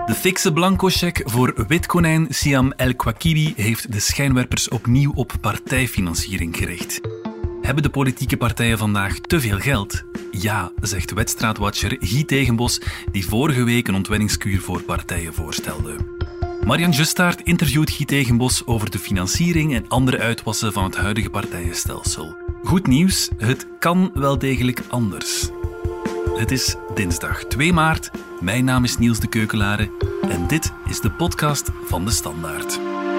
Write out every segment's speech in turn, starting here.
De fikse blanco-cheque voor witkonijn Siam El-Kwakibi heeft de schijnwerpers opnieuw op partijfinanciering gericht. Hebben de politieke partijen vandaag te veel geld? Ja, zegt wedstraatwatcher Guy Tegenbos, die vorige week een ontwenningskuur voor partijen voorstelde. Marian Justaert interviewt Guy Tegenbos over de financiering en andere uitwassen van het huidige partijenstelsel. Goed nieuws, het kan wel degelijk anders. Het is dinsdag 2 maart, mijn naam is Niels de Keukelare en dit is de podcast van De Standaard.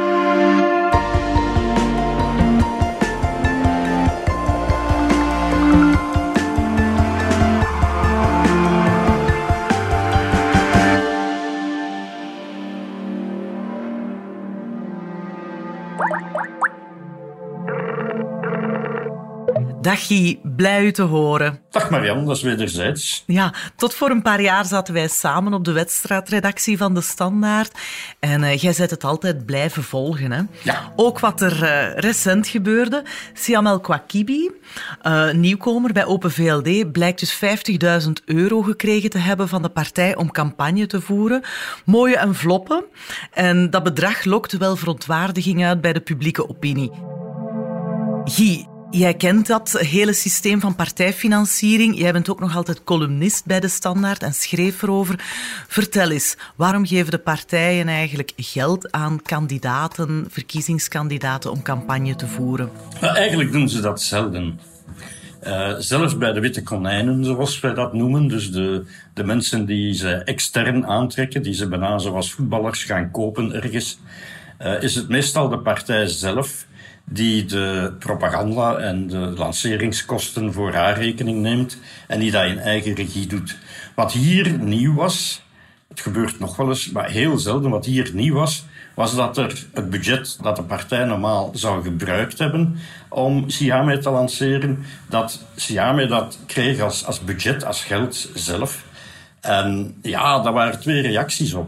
Dag Guy, blij u te horen. Dag Marianne, dat is wederzijds. Ja, tot voor een paar jaar zaten wij samen op de wedstraatredactie van De Standaard. En jij bent het altijd blijven volgen, hè? Ja. Ook wat er recent gebeurde. Siam El-Kwakibi, nieuwkomer bij Open VLD, blijkt dus €50.000 gekregen te hebben van de partij om campagne te voeren. Mooie enveloppen. En dat bedrag lokte wel verontwaardiging uit bij de publieke opinie. Guy, jij kent dat hele systeem van partijfinanciering. Jij bent ook nog altijd columnist bij De Standaard en schreef erover. Vertel eens, waarom geven de partijen eigenlijk geld aan kandidaten, verkiezingskandidaten, om campagne te voeren? Eigenlijk doen ze dat zelden. Zelfs bij de witte konijnen, zoals wij dat noemen, dus de mensen die ze extern aantrekken, die ze bijna zoals voetballers gaan kopen ergens, is het meestal de partij zelf die de propaganda en de lanceringskosten voor haar rekening neemt en die dat in eigen regie doet. Wat hier nieuw was, het gebeurt nog wel eens, maar heel zelden, wat hier nieuw was, was dat er het budget dat de partij normaal zou gebruikt hebben om Siame te lanceren, dat Siame dat kreeg als budget, als geld zelf. En ja, daar waren 2 reacties op.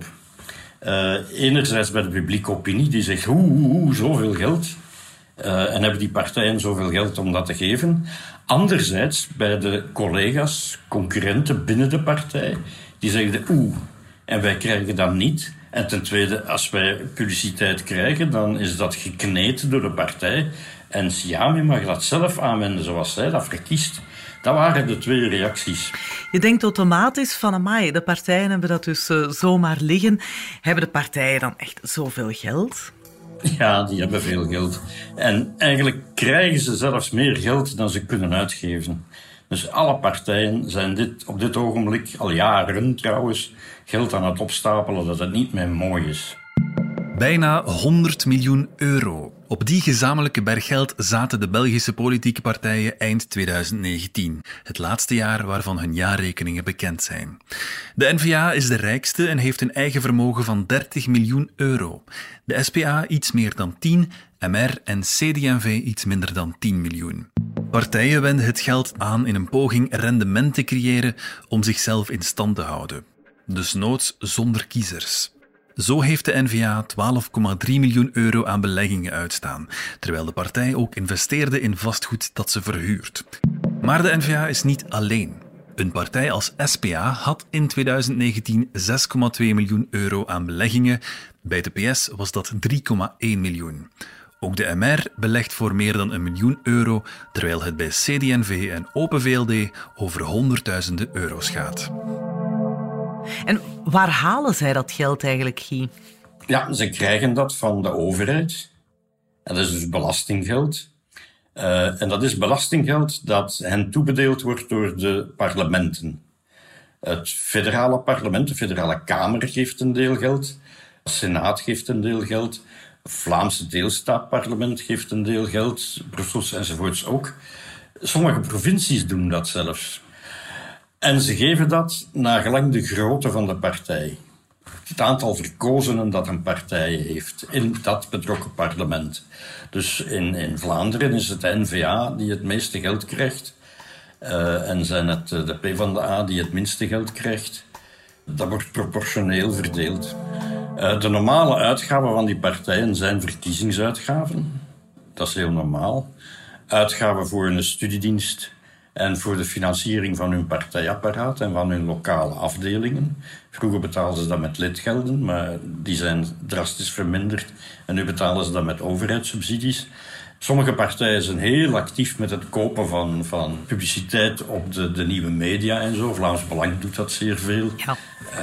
Enerzijds bij de publieke opinie, die zegt, zoveel geld. En hebben die partijen zoveel geld om dat te geven. Anderzijds bij de collega's, concurrenten binnen de partij, die zeggen, en wij krijgen dat niet. En ten tweede, als wij publiciteit krijgen, dan is dat gekneed door de partij. En Siame mag dat zelf aanwenden zoals zij dat verkiest. Dat waren de 2 reacties. Je denkt automatisch van, amai, de partijen hebben dat dus zomaar liggen. Hebben de partijen dan echt zoveel geld? Ja, die hebben veel geld. En eigenlijk krijgen ze zelfs meer geld dan ze kunnen uitgeven. Dus alle partijen zijn op dit ogenblik, al jaren trouwens, geld aan het opstapelen dat het niet meer mooi is. Bijna €100 miljoen. Op die gezamenlijke berg geld zaten de Belgische politieke partijen eind 2019. Het laatste jaar waarvan hun jaarrekeningen bekend zijn. De N-VA is de rijkste en heeft een eigen vermogen van €30 miljoen. De SPA iets meer dan 10, MR en CD&V iets minder dan 10 miljoen. Partijen wenden het geld aan in een poging rendement te creëren om zichzelf in stand te houden. Desnoods zonder kiezers. Zo heeft de N-VA €12,3 miljoen aan beleggingen uitstaan, terwijl de partij ook investeerde in vastgoed dat ze verhuurt. Maar de N-VA is niet alleen. Een partij als SPA had in 2019 €6,2 miljoen aan beleggingen. Bij de PS was dat 3,1 miljoen. Ook de MR belegt voor meer dan €1 miljoen, terwijl het bij CD&V en Open VLD over honderdduizenden euro's gaat. En waar halen zij dat geld eigenlijk, Guy? Ja, ze krijgen dat van de overheid. En dat is dus belastinggeld. En dat is belastinggeld dat hen toebedeeld wordt door de parlementen. Het federale parlement, de federale kamer geeft een deel geld. De senaat geeft een deel geld. Het Vlaamse deelstaatparlement geeft een deel geld. Brussels enzovoorts ook. Sommige provincies doen dat zelfs. En ze geven dat naar gelang de grootte van de partij. Het aantal verkozenen dat een partij heeft in dat betrokken parlement. Dus in Vlaanderen is het de N-VA die het meeste geld krijgt. En zijn het de PvdA die het minste geld krijgt. Dat wordt proportioneel verdeeld. De normale uitgaven van die partijen zijn verkiezingsuitgaven. Dat is heel normaal. Uitgaven voor een studiedienst, en voor de financiering van hun partijapparaat en van hun lokale afdelingen. Vroeger betaalden ze dat met lidgelden, maar die zijn drastisch verminderd. En nu betalen ze dat met overheidssubsidies. Sommige partijen zijn heel actief met het kopen van publiciteit op de nieuwe media en zo. Vlaams Belang doet dat zeer veel. Ja.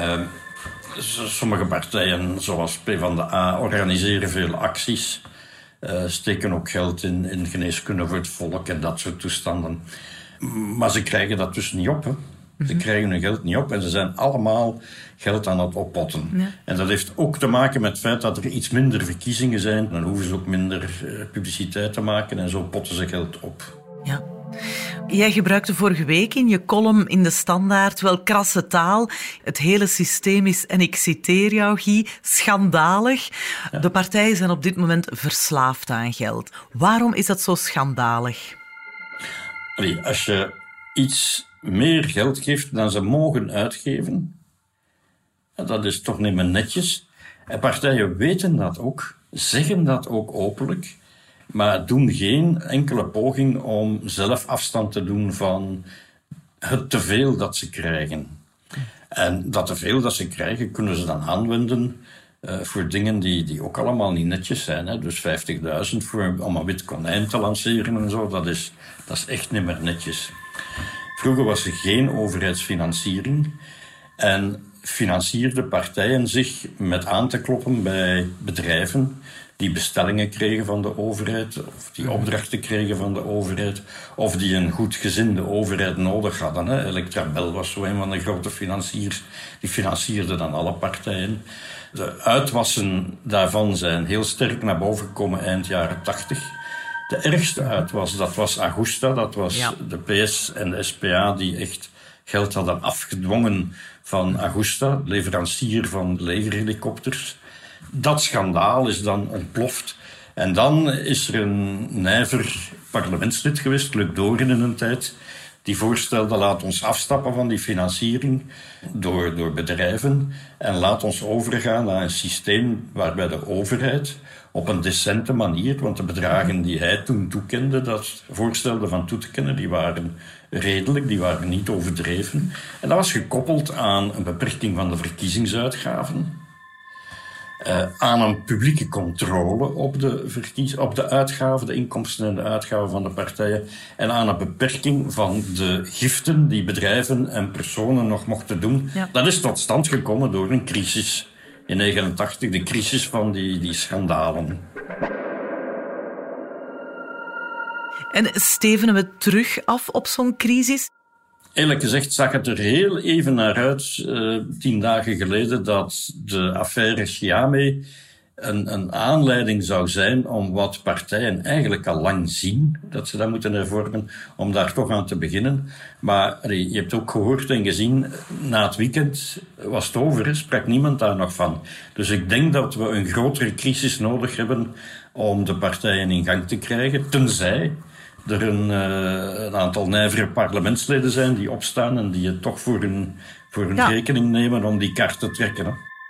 Sommige partijen, zoals PvdA, organiseren veel acties. Steken ook geld in geneeskunde voor het volk en dat soort toestanden. Maar ze krijgen dat dus niet op. Hè. Ze krijgen hun geld niet op en ze zijn allemaal geld aan het oppotten. Ja. En dat heeft ook te maken met het feit dat er iets minder verkiezingen zijn. Dan hoeven ze ook minder publiciteit te maken en zo potten ze geld op. Ja. Jij gebruikte vorige week in je column in De Standaard wel krasse taal. Het hele systeem is, en ik citeer jou, Guy, schandalig. Ja. De partijen zijn op dit moment verslaafd aan geld. Waarom is dat zo schandalig? Als je iets meer geld geeft dan ze mogen uitgeven, dat is toch niet meer netjes. En partijen weten dat ook, zeggen dat ook openlijk, maar doen geen enkele poging om zelf afstand te doen van het teveel dat ze krijgen. En dat teveel dat ze krijgen kunnen ze dan aanwenden voor dingen die ook allemaal niet netjes zijn. Hè. Dus 50.000 om een wit konijn te lanceren en zo, dat is echt niet meer netjes. Vroeger was er geen overheidsfinanciering en financierden partijen zich met aan te kloppen bij bedrijven die bestellingen kregen van de overheid, of die opdrachten kregen van de overheid, of die een goedgezinde overheid nodig hadden. Hè. Electrabel was zo een van de grote financiers, die financierde dan alle partijen. De uitwassen daarvan zijn heel sterk naar boven gekomen eind jaren 80. De ergste uitwas, dat was Agusta, dat was de PS en de SPA die echt geld hadden afgedwongen van Agusta, leverancier van legerhelikopters. Dat schandaal is dan ontploft. En dan is er een nijver parlementslid geweest, Luc Doren in een tijd, die voorstelde, laat ons afstappen van die financiering door bedrijven en laat ons overgaan naar een systeem waarbij de overheid op een decente manier, want de bedragen die hij toen toekende, dat voorstelde van toe te kennen, die waren redelijk, die waren niet overdreven. En dat was gekoppeld aan een beperking van de verkiezingsuitgaven, aan een publieke controle op de uitgaven, de inkomsten en de uitgaven van de partijen, en aan een beperking van de giften die bedrijven en personen nog mochten doen. Ja. Dat is tot stand gekomen door een crisis in 1989, de crisis van die schandalen. En stevenen we terug af op zo'n crisis? Eerlijk gezegd zag het er heel even naar uit, 10 dagen geleden, dat de affaire Gyame een aanleiding zou zijn om wat partijen eigenlijk al lang zien, dat ze dat moeten hervormen, om daar toch aan te beginnen. Maar je hebt ook gehoord en gezien, na het weekend was het over, sprak niemand daar nog van. Dus ik denk dat we een grotere crisis nodig hebben om de partijen in gang te krijgen, tenzij er een aantal nijvere parlementsleden zijn die opstaan en die het toch voor hun rekening nemen om die kaart te trekken. Hè.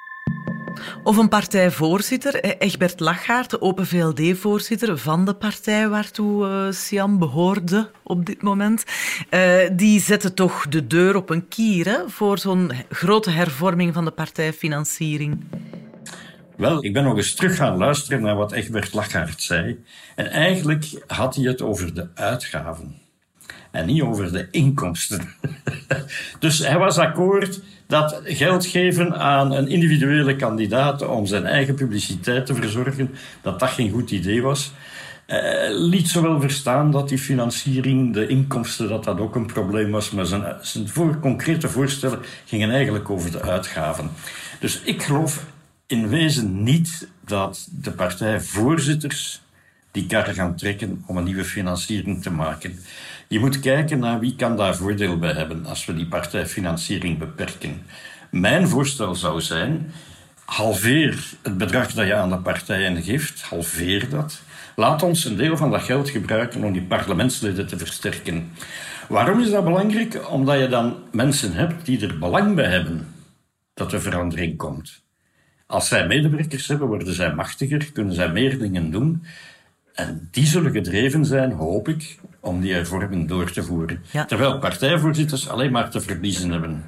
Of een partijvoorzitter, Egbert Lachaert, de Open VLD-voorzitter van de partij waartoe Siam behoorde op dit moment, die zette toch de deur op een kier, hè, voor zo'n grote hervorming van de partijfinanciering. Wel, ik ben nog eens terug gaan luisteren naar wat Egbert Lachaert zei. En eigenlijk had hij het over de uitgaven en niet over de inkomsten. Dus hij was akkoord dat geld geven aan een individuele kandidaat om zijn eigen publiciteit te verzorgen, dat geen goed idee was. Liet zowel verstaan dat die financiering, de inkomsten, dat ook een probleem was, maar zijn concrete voorstellen gingen eigenlijk over de uitgaven. Dus ik geloof in wezen niet dat de partijvoorzitters die kar gaan trekken om een nieuwe financiering te maken. Je moet kijken naar wie kan daar voordeel bij hebben als we die partijfinanciering beperken. Mijn voorstel zou zijn, halveer het bedrag dat je aan de partijen geeft, halveer dat. Laat ons een deel van dat geld gebruiken om die parlementsleden te versterken. Waarom is dat belangrijk? Omdat je dan mensen hebt die er belang bij hebben dat er verandering komt. Als zij medewerkers hebben, worden zij machtiger, kunnen zij meer dingen doen. En die zullen gedreven zijn, hoop ik, om die hervorming door te voeren. Ja. Terwijl partijvoorzitters alleen maar te verliezen hebben.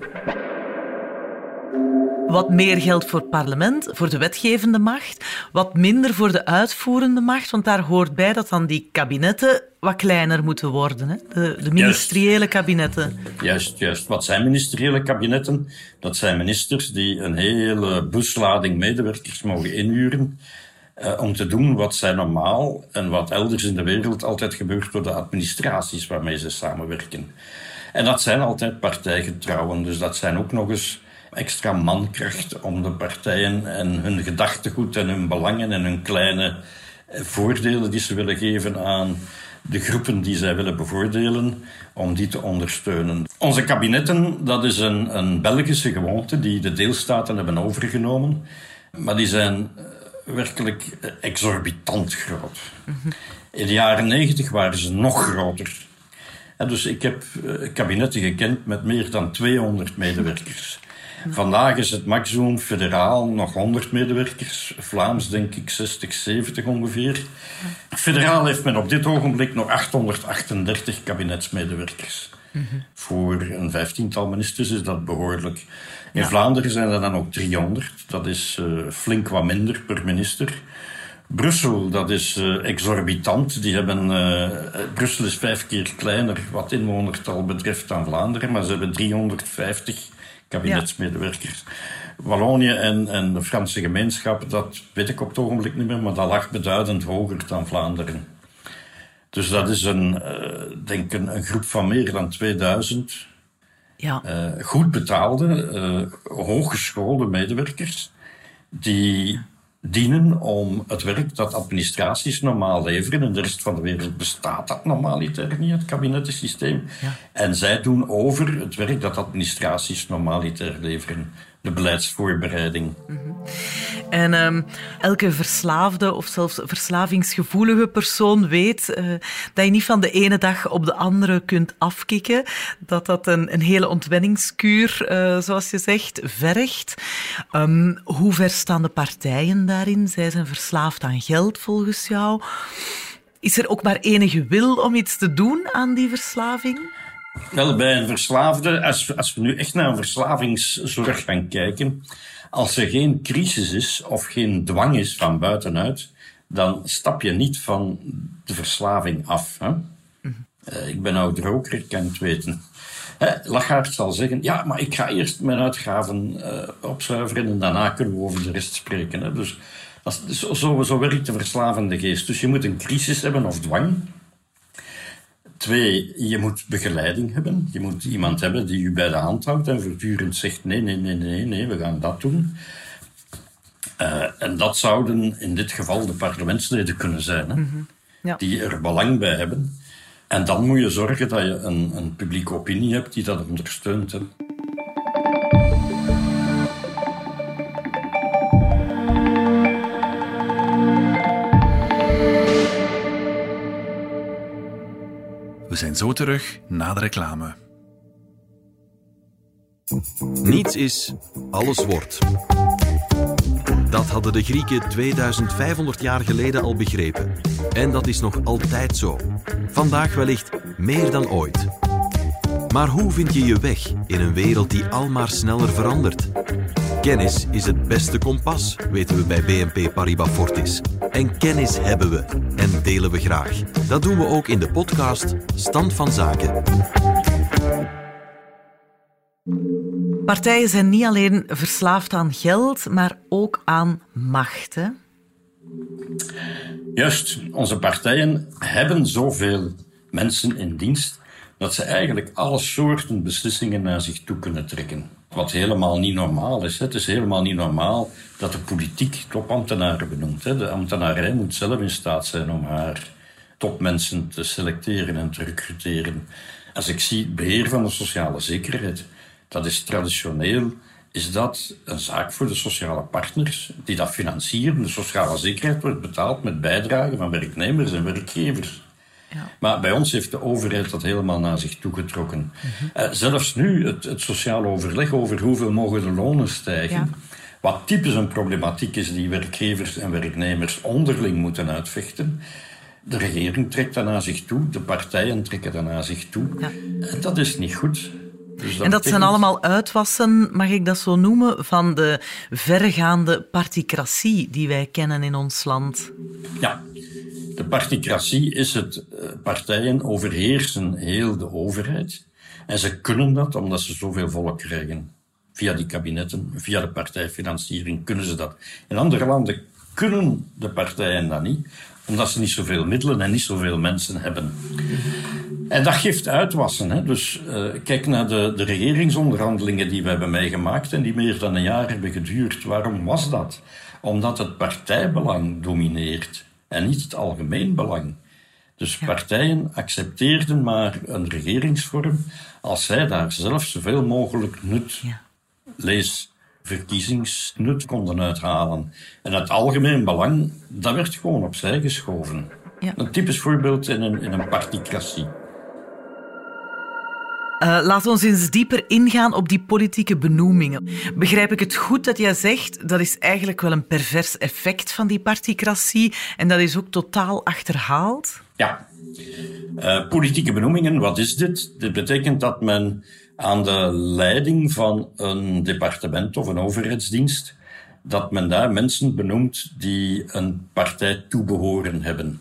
Wat meer geld voor het parlement, voor de wetgevende macht. Wat minder voor de uitvoerende macht. Want daar hoort bij dat dan die kabinetten wat kleiner moeten worden. Hè? De ministeriële kabinetten. Juist. Wat zijn ministeriële kabinetten? Dat zijn ministers die een hele buslading medewerkers mogen inhuren om te doen wat zij normaal en wat elders in de wereld altijd gebeurt door de administraties waarmee ze samenwerken. En dat zijn altijd partijgetrouwen. Dus dat zijn ook nog eens extra mankracht om de partijen en hun gedachtegoed en hun belangen en hun kleine voordelen die ze willen geven aan de groepen die zij willen bevoordelen, om die te ondersteunen. Onze kabinetten, dat is een Belgische gewoonte die de deelstaten hebben overgenomen, maar die zijn werkelijk exorbitant groot. In de jaren 90 waren ze nog groter. En dus ik heb kabinetten gekend met meer dan 200 medewerkers. Vandaag is het maximum federaal nog 100 medewerkers. Vlaams denk ik 60, 70 ongeveer. Federaal heeft men op dit ogenblik nog 838 kabinetsmedewerkers. Voor een 15-tal ministers is dat behoorlijk. In Vlaanderen zijn er dan ook 300. Dat is flink wat minder per minister. Brussel, dat is exorbitant. Brussel is 5 keer kleiner wat inwonertal betreft dan Vlaanderen, maar ze hebben 350 kabinetsmedewerkers. Wallonië en de Franse gemeenschap, dat weet ik op het ogenblik niet meer, maar dat lag beduidend hoger dan Vlaanderen. Dus dat is een groep van meer dan 2000 goed betaalde, hooggeschoolde medewerkers die dienen om het werk dat administraties normaal leveren. In de rest van de wereld bestaat dat normaliter niet, het kabinettensysteem. Ja. En zij doen over het werk dat administraties normaliter leveren. De beleidsvoorbereiding. En elke verslaafde of zelfs verslavingsgevoelige persoon weet dat je niet van de ene dag op de andere kunt afkicken. Dat een hele ontwenningskuur, zoals je zegt, vergt. Hoe ver staan de partijen daarin? Zij zijn verslaafd aan geld, volgens jou. Is er ook maar enige wil om iets te doen aan die verslaving? Wel, bij een verslaafde, als we nu echt naar een verslavingszorg gaan kijken, als er geen crisis is of geen dwang is van buitenuit, dan stap je niet van de verslaving af. Hè? Ik ben oud roker, ik kan het weten. Lagarde zal zeggen, ja, maar ik ga eerst mijn uitgaven opzuiveren en daarna kunnen we over de rest spreken. Hè? Dus zo werkt de verslavende geest. Dus je moet een crisis hebben of dwang. 2, je moet begeleiding hebben. Je moet iemand hebben die je bij de hand houdt en voortdurend zegt nee, we gaan dat doen. En dat zouden in dit geval de parlementsleden kunnen zijn, hè? Ja. Die er belang bij hebben. En dan moet je zorgen dat je een publieke opinie hebt die dat ondersteunt. Hè? We zijn zo terug na de reclame. Niets is, alles wordt. Dat hadden de Grieken 2500 jaar geleden al begrepen. En dat is nog altijd zo. Vandaag wellicht meer dan ooit. Maar hoe vind je je weg in een wereld die almaar sneller verandert? Kennis is het beste kompas, weten we bij BNP Paribas Fortis. En kennis hebben we en delen we graag. Dat doen we ook in de podcast Stand van Zaken. Partijen zijn niet alleen verslaafd aan geld, maar ook aan macht, hè? Juist, onze partijen hebben zoveel mensen in dienst dat ze eigenlijk alle soorten beslissingen naar zich toe kunnen trekken. Wat helemaal niet normaal is. Het is helemaal niet normaal dat de politiek topambtenaren benoemt. De ambtenarij moet zelf in staat zijn om haar topmensen te selecteren en te recruteren. Als ik zie het beheer van de sociale zekerheid, dat is traditioneel, is dat een zaak voor de sociale partners die dat financieren. De sociale zekerheid wordt betaald met bijdragen van werknemers en werkgevers. Ja. Maar bij ons heeft de overheid dat helemaal naar zich toegetrokken. Zelfs nu, het sociaal overleg over hoeveel mogen de lonen stijgen, ja. Wat typisch een problematiek is die werkgevers en werknemers onderling moeten uitvechten. De regering trekt dat naar zich toe, de partijen trekken dat naar zich toe. Ja. En dat is niet goed. Dus en dat zijn allemaal uitwassen, mag ik dat zo noemen, van de verregaande particratie die wij kennen in ons land. Ja, de particratie is het partijen overheersen heel de overheid. En ze kunnen dat omdat ze zoveel volk krijgen. Via die kabinetten, via de partijfinanciering kunnen ze dat. In andere landen kunnen de partijen dat niet, omdat ze niet zoveel middelen en niet zoveel mensen hebben. En dat geeft uitwassen. Hè? Dus kijk naar de regeringsonderhandelingen die we hebben meegemaakt en die meer dan een jaar hebben geduurd. Waarom was dat? Omdat het partijbelang domineert en niet het algemeen belang. Dus partijen accepteerden maar een regeringsvorm als zij daar zelf zoveel mogelijk nut, lees verkiezingsnut, konden uithalen. En het algemeen belang, dat werd gewoon opzij geschoven. Ja. Een typisch voorbeeld in een particratie. Laten we ons eens dieper ingaan op die politieke benoemingen. Begrijp ik het goed dat jij zegt, dat is eigenlijk wel een pervers effect van die particratie en dat is ook totaal achterhaald? Ja. Politieke benoemingen, wat is dit? Dit betekent dat men aan de leiding van een departement of een overheidsdienst, dat men daar mensen benoemt die een partij toebehoren hebben.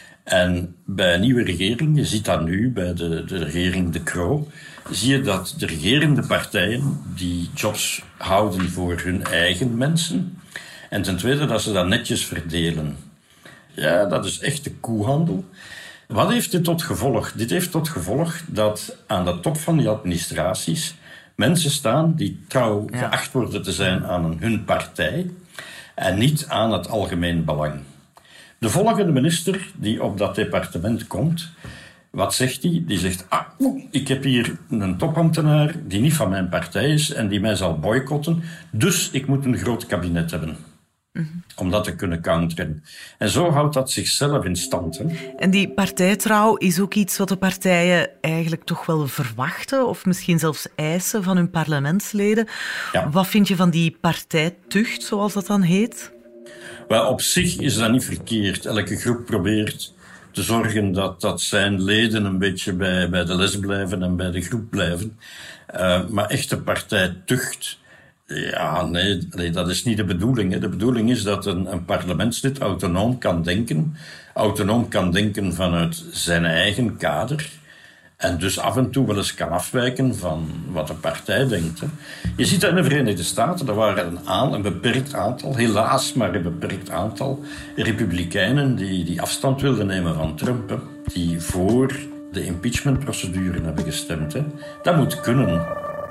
En bij een nieuwe regering, je ziet dat nu bij de regering De Croo, zie je dat de regerende partijen die jobs houden voor hun eigen mensen. En ten tweede dat ze dat netjes verdelen. Ja, dat is echt de koehandel. Wat heeft dit tot gevolg? Dit heeft tot gevolg dat aan de top van die administraties mensen staan die trouw geacht worden te zijn aan hun partij en niet aan het algemeen belang. De volgende minister die op dat departement komt, wat zegt hij? Die zegt, ik heb hier een topambtenaar die niet van mijn partij is en die mij zal boycotten, dus ik moet een groot kabinet hebben. Om dat te kunnen counteren. En zo houdt dat zichzelf in stand. Hè? En die partijtrouw is ook iets wat de partijen eigenlijk toch wel verwachten of misschien zelfs eisen van hun parlementsleden. Ja. Wat vind je van die partijtucht, zoals dat dan heet? Wel, op zich is dat niet verkeerd. Elke groep probeert te zorgen dat zijn leden een beetje bij de les blijven en bij de groep blijven. Maar echte partijtucht, ja, nee, dat is niet de bedoeling. Hè. De bedoeling is dat een parlementslid autonoom kan denken. Autonoom kan denken vanuit zijn eigen kader. En dus af en toe wel eens kan afwijken van wat de partij denkt. Hè. Je ziet dat in de Verenigde Staten, er waren een beperkt aantal, helaas maar een beperkt aantal, republikeinen die afstand wilden nemen van Trump. Hè, die voor de impeachmentprocedure hebben gestemd. Hè. Dat moet kunnen.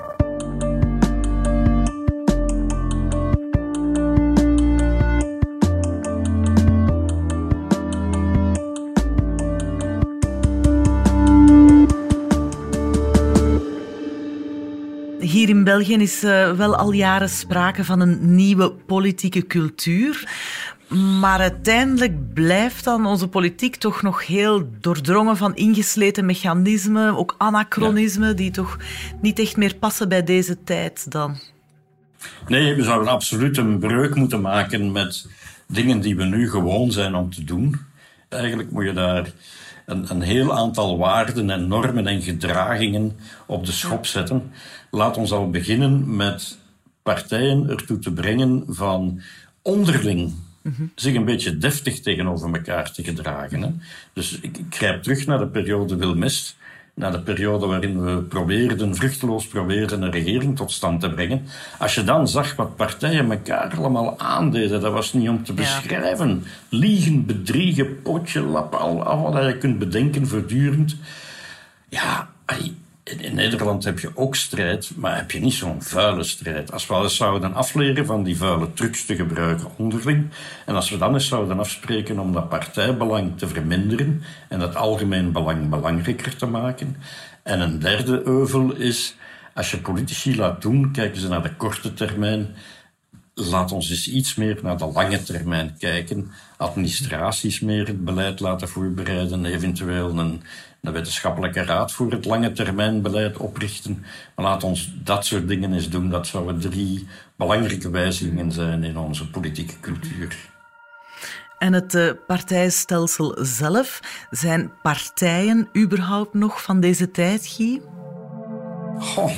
Hier in België is wel al jaren sprake van een nieuwe politieke cultuur. Maar uiteindelijk blijft dan onze politiek toch nog heel doordrongen van ingesleten mechanismen, ook anachronismen, die toch niet echt meer passen bij deze tijd dan. Nee, we zouden absoluut een breuk moeten maken met dingen die we nu gewoon zijn om te doen. Eigenlijk moet je daar een heel aantal waarden en normen en gedragingen op de schop zetten. Laat ons al beginnen met partijen ertoe te brengen van onderling zich een beetje deftig tegenover elkaar te gedragen. Hè. Dus ik grijp terug naar de periode Wilmès, naar de periode waarin we vruchteloos probeerden een regering tot stand te brengen. Als je dan zag wat partijen elkaar allemaal aandeden, dat was niet om te beschrijven. Liegen, bedriegen, potje, lappen, al wat je kunt bedenken voortdurend. Ja, in Nederland heb je ook strijd, maar heb je niet zo'n vuile strijd. Als we eens zouden afleren van die vuile trucs te gebruiken onderling, en als we dan eens zouden afspreken om dat partijbelang te verminderen en het algemeen belang belangrijker te maken. En een derde euvel is, als je politici laat doen, kijken ze naar de korte termijn. Laat ons eens iets meer naar de lange termijn kijken. Administraties meer het beleid laten voorbereiden, eventueel een wetenschappelijke raad voor het lange termijn beleid oprichten. Maar laat ons dat soort dingen eens doen. Dat zouden 3 belangrijke wijzigingen zijn in onze politieke cultuur. En het partijstelsel zelf, zijn partijen überhaupt nog van deze tijd, Guy? Goh.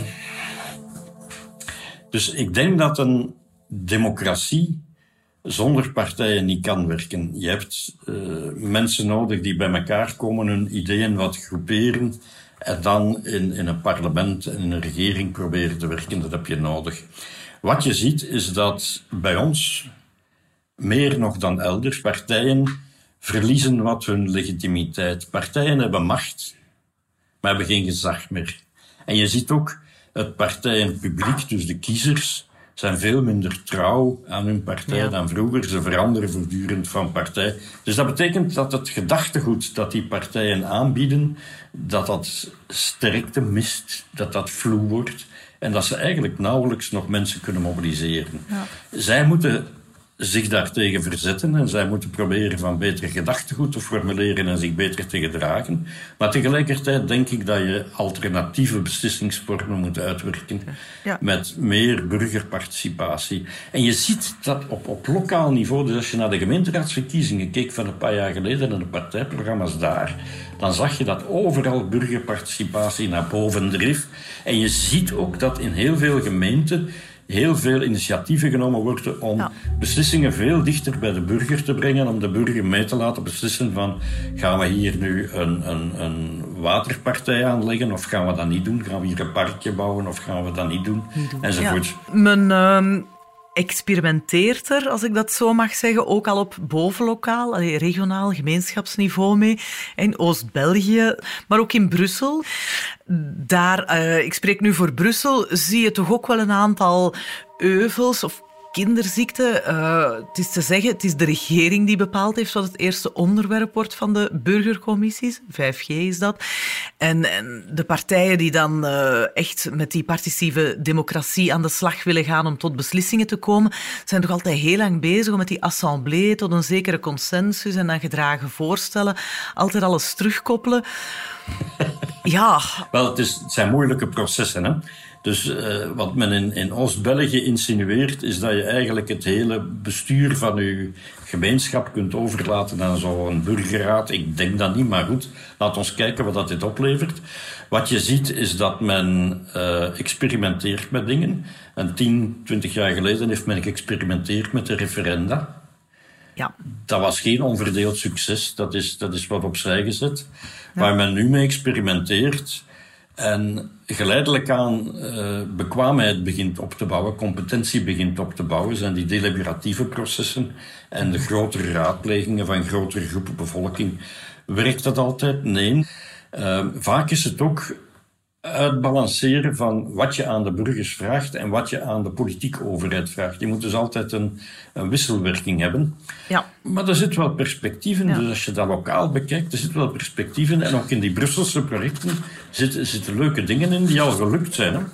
Dus ik denk dat een democratie zonder partijen niet kan werken. Je hebt mensen nodig die bij elkaar komen, hun ideeën wat groeperen en dan in een parlement en in een regering proberen te werken. Dat heb je nodig. Wat je ziet is dat bij ons, meer nog dan elders, partijen verliezen wat hun legitimiteit. Partijen hebben macht, maar hebben geen gezag meer. En je ziet ook, het partijenpubliek, dus de kiezers, zijn veel minder trouw aan hun partij dan vroeger. Ze veranderen voortdurend van partij. Dus dat betekent dat het gedachtegoed dat die partijen aanbieden, dat sterkte mist, dat vloe wordt en dat ze eigenlijk nauwelijks nog mensen kunnen mobiliseren. Ja. Zij moeten zich daartegen verzetten en zij moeten proberen van beter gedachtegoed te formuleren en zich beter te gedragen. Maar tegelijkertijd denk ik dat je alternatieve beslissingsvormen moet uitwerken met meer burgerparticipatie. En je ziet dat op lokaal niveau, dus als je naar de gemeenteraadsverkiezingen keek van een paar jaar geleden en de partijprogramma's daar, dan zag je dat overal burgerparticipatie naar boven dreef. En je ziet ook dat in heel veel gemeenten heel veel initiatieven genomen worden om beslissingen veel dichter bij de burger te brengen, om de burger mee te laten beslissen van, gaan we hier nu een waterpartij aanleggen of gaan we dat niet doen? Gaan we hier een parkje bouwen of gaan we dat niet doen? Enzovoort. Ja. Men experimenteert er, als ik dat zo mag zeggen, ook al op bovenlokaal, regionaal, gemeenschapsniveau mee. In Oost-België, maar ook in Brussel. Daar, ik spreek nu voor Brussel, zie je toch ook wel een aantal euvels of kinderziekten. Het is te zeggen, het is de regering die bepaald heeft wat het eerste onderwerp wordt van de burgercommissies. 5G is dat. En de partijen die dan echt met die participatieve democratie aan de slag willen gaan om tot beslissingen te komen, zijn toch altijd heel lang bezig om met die assemblée tot een zekere consensus en dan gedragen voorstellen altijd alles terugkoppelen. Ja. Wel, het zijn moeilijke processen, hè. Dus wat men in Oost-België insinueert, is dat je eigenlijk het hele bestuur van je gemeenschap kunt overlaten aan zo'n burgerraad. Ik denk dat niet, maar goed, laat ons kijken wat dit oplevert. Wat je ziet is dat men experimenteert met dingen. En 10, 20 jaar geleden heeft men geëxperimenteerd met de referenda. Ja. Dat was geen onverdeeld succes, dat is wat opzij gezet. Ja. Waar men nu mee experimenteert en geleidelijk aan bekwaamheid begint op te bouwen, competentie begint op te bouwen, zijn die deliberatieve processen en de grotere raadplegingen van grotere groepen bevolking. Werkt dat altijd? Nee. Vaak is het ook uitbalanceren van wat je aan de burgers vraagt en wat je aan de politieke overheid vraagt. Je moet dus altijd een wisselwerking hebben. Ja. Maar er zit wel perspectief in. Ja. Dus als je dat lokaal bekijkt, er zit wel perspectief in. En ook in die Brusselse projecten zitten leuke dingen in die al gelukt zijn. Hè?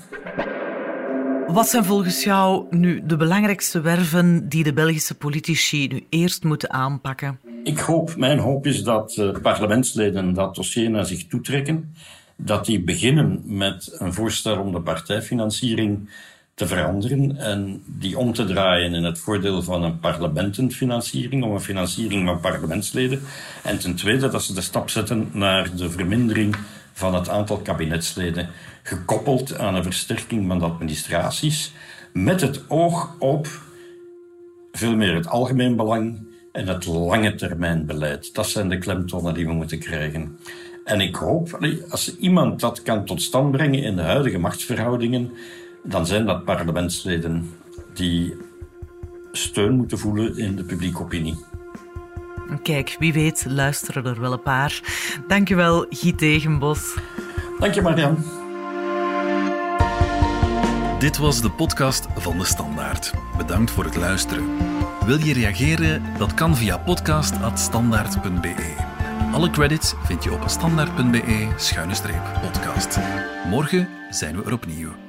Wat zijn volgens jou nu de belangrijkste werven die de Belgische politici nu eerst moeten aanpakken? Mijn hoop is dat parlementsleden dat dossier naar zich toetrekken. Dat die beginnen met een voorstel om de partijfinanciering te veranderen en die om te draaien in het voordeel van een parlementenfinanciering, om een financiering van parlementsleden. En ten tweede dat ze de stap zetten naar de vermindering van het aantal kabinetsleden, gekoppeld aan een versterking van de administraties, met het oog op veel meer het algemeen belang en het lange termijn beleid. Dat zijn de klemtonen die we moeten krijgen. En ik hoop, als iemand dat kan tot stand brengen in de huidige machtsverhoudingen, dan zijn dat parlementsleden die steun moeten voelen in de publieke opinie. Kijk, wie weet luisteren er wel een paar. Dank je wel, Guy Tegenbos. Dank je, Marianne. Dit was de podcast van De Standaard. Bedankt voor het luisteren. Wil je reageren? Dat kan via podcast@standaard.be. Alle credits vind je op standaard.be/podcast. Morgen zijn we er opnieuw.